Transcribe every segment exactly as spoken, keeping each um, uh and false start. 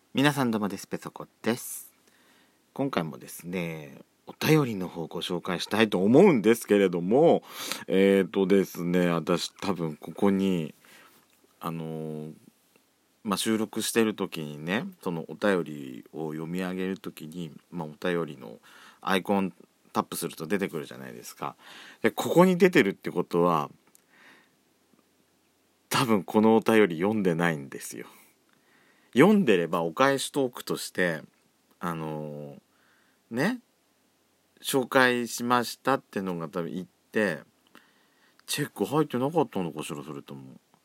皆さんどうもです。ペソコです。今回もですねお便りの方をご紹介したいと思うんですけれども、えーとですね私多分ここにあのーまあ、収録してる時にね、そのお便りを読み上げる時に、まあ、お便りのアイコンタップすると出てくるじゃないですか。でここに出てるってことは多分このお便り読んでないんですよ。読んでればお返しトークとしてあのーね紹介しましたってのが多分言ってチェック入ってなかったのかしら。それとも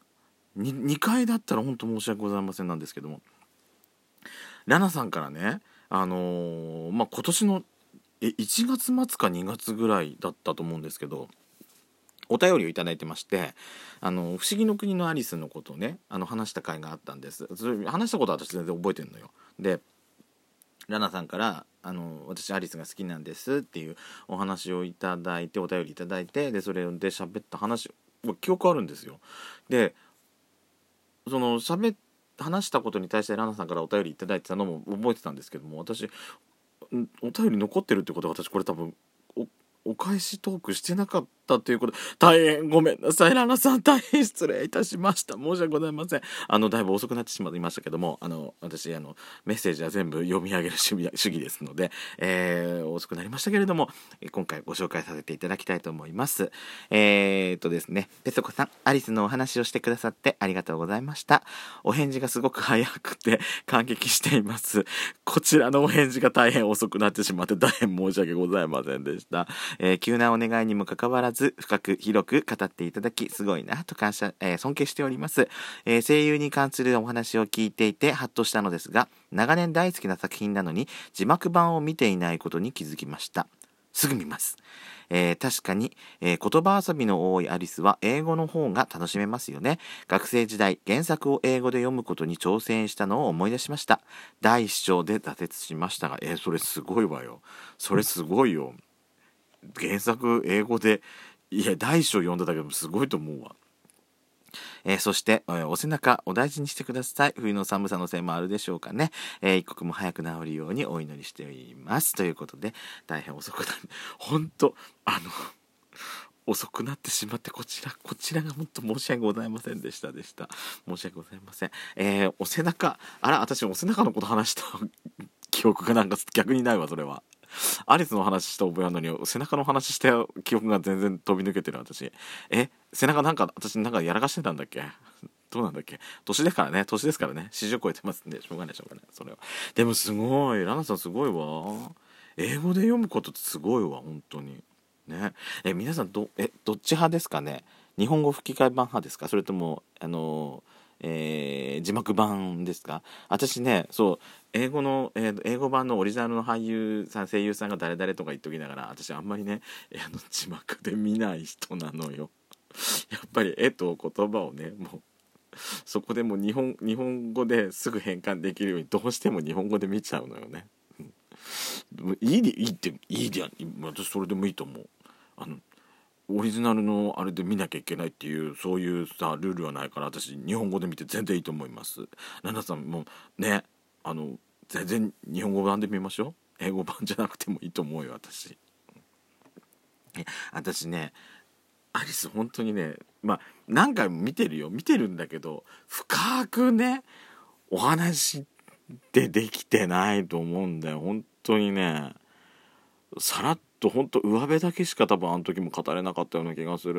2, にかいだったら本当申し訳ございませんなんですけども、ラナさんからねあのー、まあ今年のえいちがつ末かにがつぐらいだったと思うんですけど、お便りをいただいてまして、あの不思議の国のアリスのことをねあの話した回があったんです。それ話したことは私全然覚えてるのよ。でラナさんからあの私アリスが好きなんですっていうお話をいただいて、お便りいただいて、でそれで喋った話記憶あるんですよ。でその喋話したことに対してラナさんからお便りいただいてたのも覚えてたんですけども、私お便り残ってるってことは私これ多分おお返しトークしてなかったということ、大変ごめんなさいラナさん、大変失礼いたしました。申し訳ございません。あのだいぶ遅くなってしまいましたけども、あの私あのメッセージは全部読み上げる主義主義ですので、えー、遅くなりましたけれども今回ご紹介させていただきたいと思います。えー、っとですねペソコさん、アリスのお話をしてくださってありがとうございました。お返事がすごく早くて感激しています。こちらのお返事が大変遅くなってしまって大変申し訳ございませんでした。えー、急なお願いにもかかわらず深く広く語っていただきすごいなと感謝、えー、尊敬しております。えー、声優に関するお話を聞いていてハッとしたのですが、長年大好きな作品なのに字幕版を見ていないことに気づきました。すぐ見ます。えー、確かに、えー、言葉遊びの多いアリスは英語の方が楽しめますよね。学生時代原作を英語で読むことに挑戦したのを思い出しました。だいいっ章で挫折しましたが、えー、それすごいわよ。それすごいよ。原作英語で、いやだいいっ章読んだだけでもすごいと思うわ。えー、そして、えー、お背中お大事にしてください。冬の寒さのせいもあるでしょうかね。えー、一刻も早く治るようにお祈りしていますということで、大変遅くなる本当あの遅くなってしまってこちらこちらが本当申し訳ございませんでしたでした申し訳ございません。えー、お背中、あら私お背中のこと話した記憶がなんか逆にないわ。それはアリスの話した覚えあるのに背中の話した記憶が全然飛び抜けてる私。え背中なんか私なんかやらかしてたんだっけどうなんだっけ。年ですからね、年ですからね、よんじゅう超えてますんでしょうがないしょうがないそれは。でもすごいラナさんすごいわ。英語で読むことってすごいわ本当にね。え皆さんどえどっち派ですかね。日本語吹き替え版派ですか、それともあのえー、字幕版ですか。私ねそう英語の、えー、英語版のオリジナルの俳優さん声優さんが誰々とか言っときながら、私あんまりねあの字幕で見ない人なのよ。やっぱり絵と言葉をねもうそこでもう日本日本語ですぐ変換できるようにどうしても日本語で見ちゃうのよね。いいでいいっていいでや私それでもいいと思う。あのオリジナルのあれで見なきゃいけないっていうそういうさルールはないから、私日本語で見て全然いいと思います。ナナさんもねあの全然日本語版で見ましょう。英語版じゃなくてもいいと思うよ私。え私ねアリス本当にねまあ何回も見てるよ見てるんだけど深くねお話ってできてないと思うんだよ本当にね。さらっと本当上辺だけしか多分あの時も語れなかったような気がする。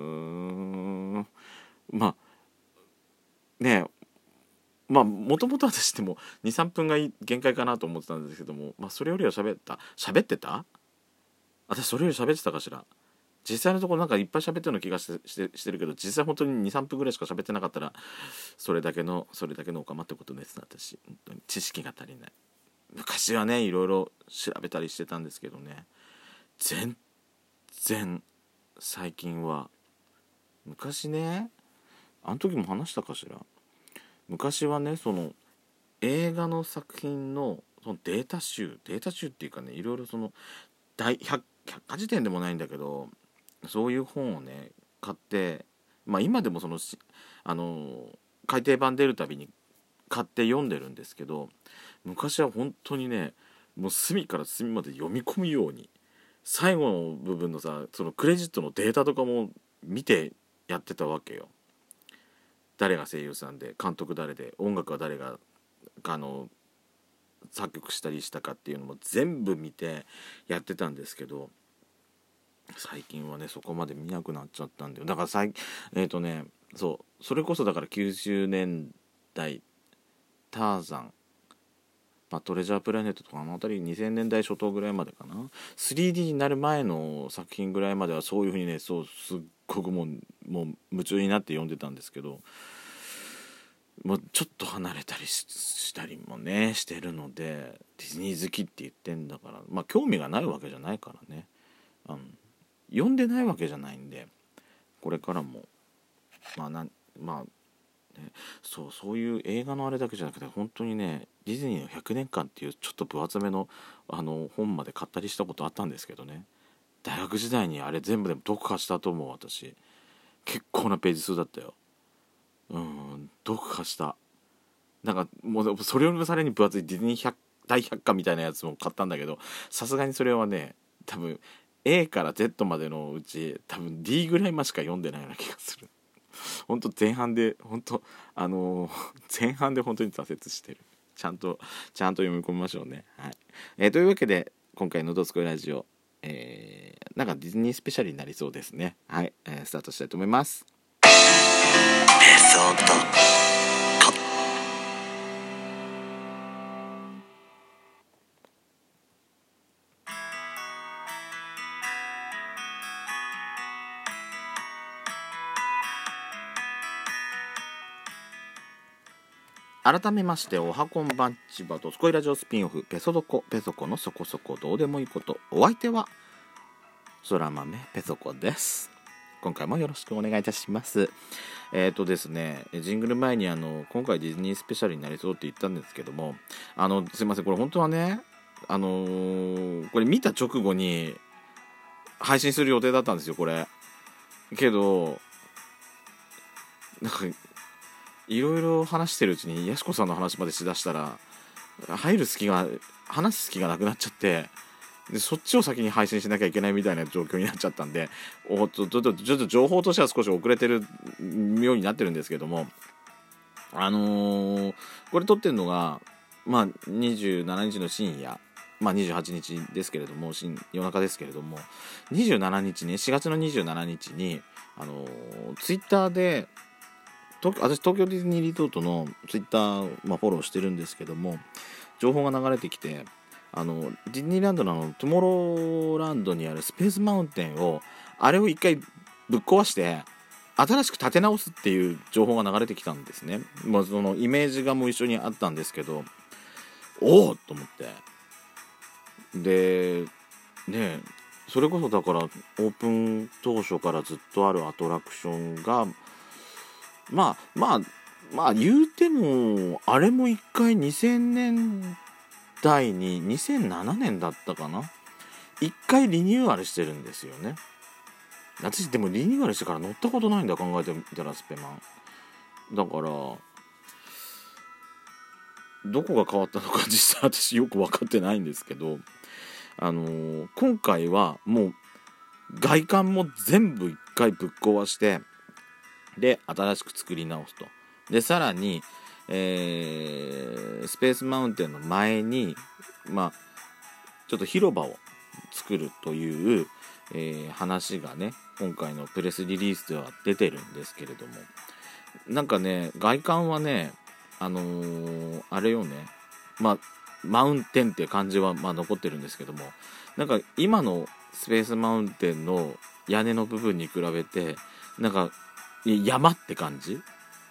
まあねまあもともと私でもにさんぷんが限界かなと思ってたんですけども、まあそれよりは喋った喋ってた私それより喋ってたかしら。実際のところなんかいっぱい喋ってるような気がしてしてしてるけど、実際本当ににさんぷんぐらいしか喋ってなかったらそれだけのそれだけのおかまってことです。私本当に知識が足りない。昔はねいろいろ調べたりしてたんですけどね、全然最近は。昔ねあの時も話したかしら。昔はねその映画の作品のそのデータ集データ集っていうかね、いろいろその大百百科事典でもないんだけどそういう本をね買って、まあ今でもそのあの改訂版出るたびに買って読んでるんですけど、昔は本当にねもう隅から隅まで読み込むように最後の部分のさそのクレジットのデータとかも見てやってたわけよ。誰が声優さんで監督誰で音楽は誰があの作曲したりしたかっていうのも全部見てやってたんですけど、最近はねそこまで見なくなっちゃったんだよ。だから最えっ、ー、とねそうそれこそだからきゅうじゅうねんだいターザン、まあ、トレジャープラネットとかあの辺りにせんねんだい初頭ぐらいまでかな スリーディー になる前の作品ぐらいまではそういう風にねそうすっごくもうもう夢中になって読んでたんですけど、もうちょっと離れたり し, したりもねしてるので、ディズニー好きって言ってんだからまあ興味がないわけじゃないからね、あの読んでないわけじゃないんで、これからもまあなんまあ、ね、そうそういう映画のあれだけじゃなくて本当にねディズニーのひゃくねんかんっていうちょっと分厚めのあの本まで買ったりしたことあったんですけどね、大学時代にあれ全部でも読破したと思う。私結構なページ数だったよ。うん読破した。なんかもうそれよりもさらに分厚いディズニー大百科みたいなやつも買ったんだけど、さすがにそれはね多分 A から Z までのうち多分 D ぐらいましか読んでないような気がする。本当前半で本当あのー、前半で本当に挫折してる。ちゃんとちゃんと読み込みましょうね。はい。えー、というわけで今回のどすこいラジオ、えー、なんかディズニースペシャルになりそうですね。はい、えー、スタートしたいと思います。改めましておはこんばんちばどすこいラジオスピンオフペソドコペソコのそこそこどうでもいいこと、お相手はそら豆ペソコです。今回もよろしくお願いいたします。えっ、ー、とですねジングル前にあの今回ディズニースペシャルになりそうって言ったんですけども、あのすいませんこれ本当はねあのー、これ見た直後に配信する予定だったんですよこれ。けどなんかいろいろ話してるうちにやしこさんの話までしだしたら入る隙が話す隙がなくなっちゃって、でそっちを先に配信しなきゃいけないみたいな状況になっちゃったんで、おっとちょっとちょっと情報としては少し遅れてるようになってるんですけども、あのー、これ撮ってるのがまあにじゅうしちにちの深夜、まあにじゅうはちにちですけれども夜中ですけれども、にじゅうしちにちねしがつのにじゅうしちにちにあのー、ツイッターで東私東京ディズニーリゾートのツイッター、まあ、フォローしてるんですけども、情報が流れてきてあのディズニーランドの、あのトゥモローランドにあるスペースマウンテンをあれを一回ぶっ壊して新しく建て直すっていう情報が流れてきたんですね。まあ、そのイメージ画も一緒にあったんですけど、おおと思ってでねそれこそだからオープン当初からずっとあるアトラクションがまあまあまあ言うてもあれも一回にせんねんだいににせんななねんだったかな一回リニューアルしてるんですよね。私でもリニューアルしてから乗ったことないんだ考えてみたらスペマンだからどこが変わったのか実際私よく分かってないんですけど、あのー、今回はもう外観も全部一回ぶっ壊してで新しく作り直すと。でさらに、えー、スペースマウンテンの前にまあちょっと広場を作るという、えー、話がね今回のプレスリリースでは出てるんですけれども、なんかね外観はねあのー、あれよねまあマウンテンって感じはまあ残ってるんですけども、なんか今のスペースマウンテンの屋根の部分に比べてなんか山って感じ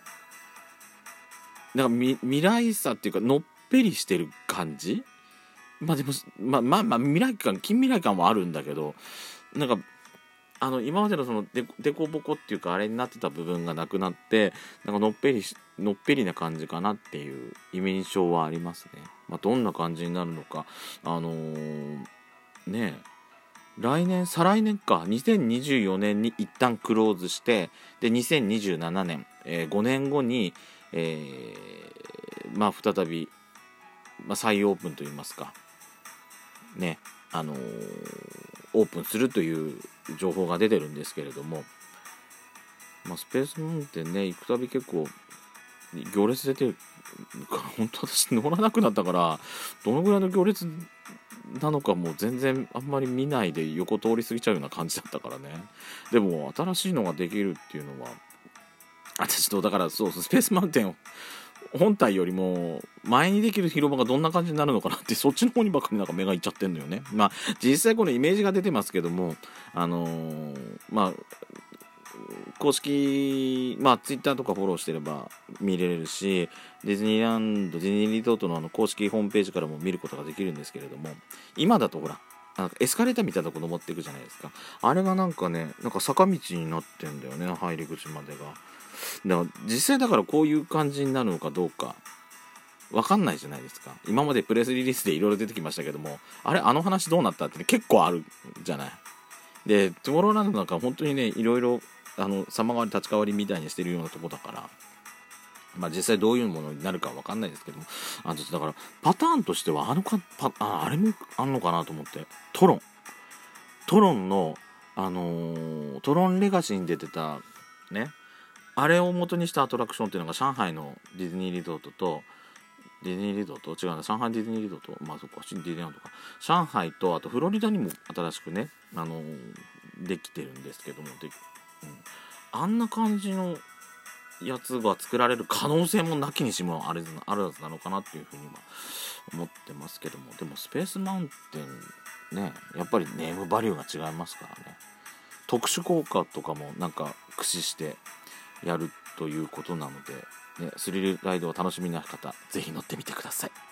なんか未来さっていうかのっぺりしてる感じ。まあでもまあまあまあ未来感近未来感はあるんだけど、なんかあの今までのそのデコデコボコっていうかあれになってた部分がなくなってなんかのっぺりのっぺりな感じかなっていう印象はありますね。まあどんな感じになるのかあのー、ねえ来年再来年かにせんにじゅうよねんに一旦クローズしてでにせんにじゅうななねん、えー、ごねんごに、えー、 まあ再び、まあ、再オープンといいますかね、あのー、オープンするという情報が出てるんですけれども、まあ、スペースマウンテンね行くたび結構行列出てるから本当私乗らなくなったからどのぐらいの行列なのかもう全然あんまり見ないで横通り過ぎちゃうような感じだったからね。でも新しいのができるっていうのは私とだからそうスペースマウンテン本体よりも前にできる広場がどんな感じになるのかなってそっちの方にばっかりなんか目がいっちゃってんのよね。まあ実際このイメージが出てますけどもあのー、まあ公式まあツイッターとかフォローしてれば見れるしディズニーランドディズニーリゾートのあの公式ホームページからも見ることができるんですけれども今だとほらなんかエスカレーターみたいなとこ登っていくじゃないですか。あれがなんかねなんか坂道になってんだよね入り口までが。だから実際だからこういう感じになるのかどうか分かんないじゃないですか。今までプレスリリースでいろいろ出てきましたけどもあれあの話どうなったって、ね、結構あるじゃない。でトゥモローランドなんか本当にねいろいろあの様変わり立ち変わりみたいにしてるようなとこだからまあ実際どういうものになるかは分かんないですけどもあだからパターンとしてはあのかパ あ, あれもあんのかなと思ってトロントロンのあのー、トロンレガシーに出てたねあれを元にしたアトラクションっていうのが上海のディズニーリゾートとディズニーリゾート違うな上海ディズニーリゾートまあそっかディズニーランドとか上海とあとフロリダにも新しくねあのー、できてるんですけどもで、うん、あんな感じのやつが作られる可能性もなきにしもあるあるはずなのかなっていうふうには思ってますけどもでもスペースマウンテンねやっぱりネームバリューが違いますからね特殊効果とかもなんか駆使してやるということなので、ね、スリルライドを楽しみな方ぜひ乗ってみてください。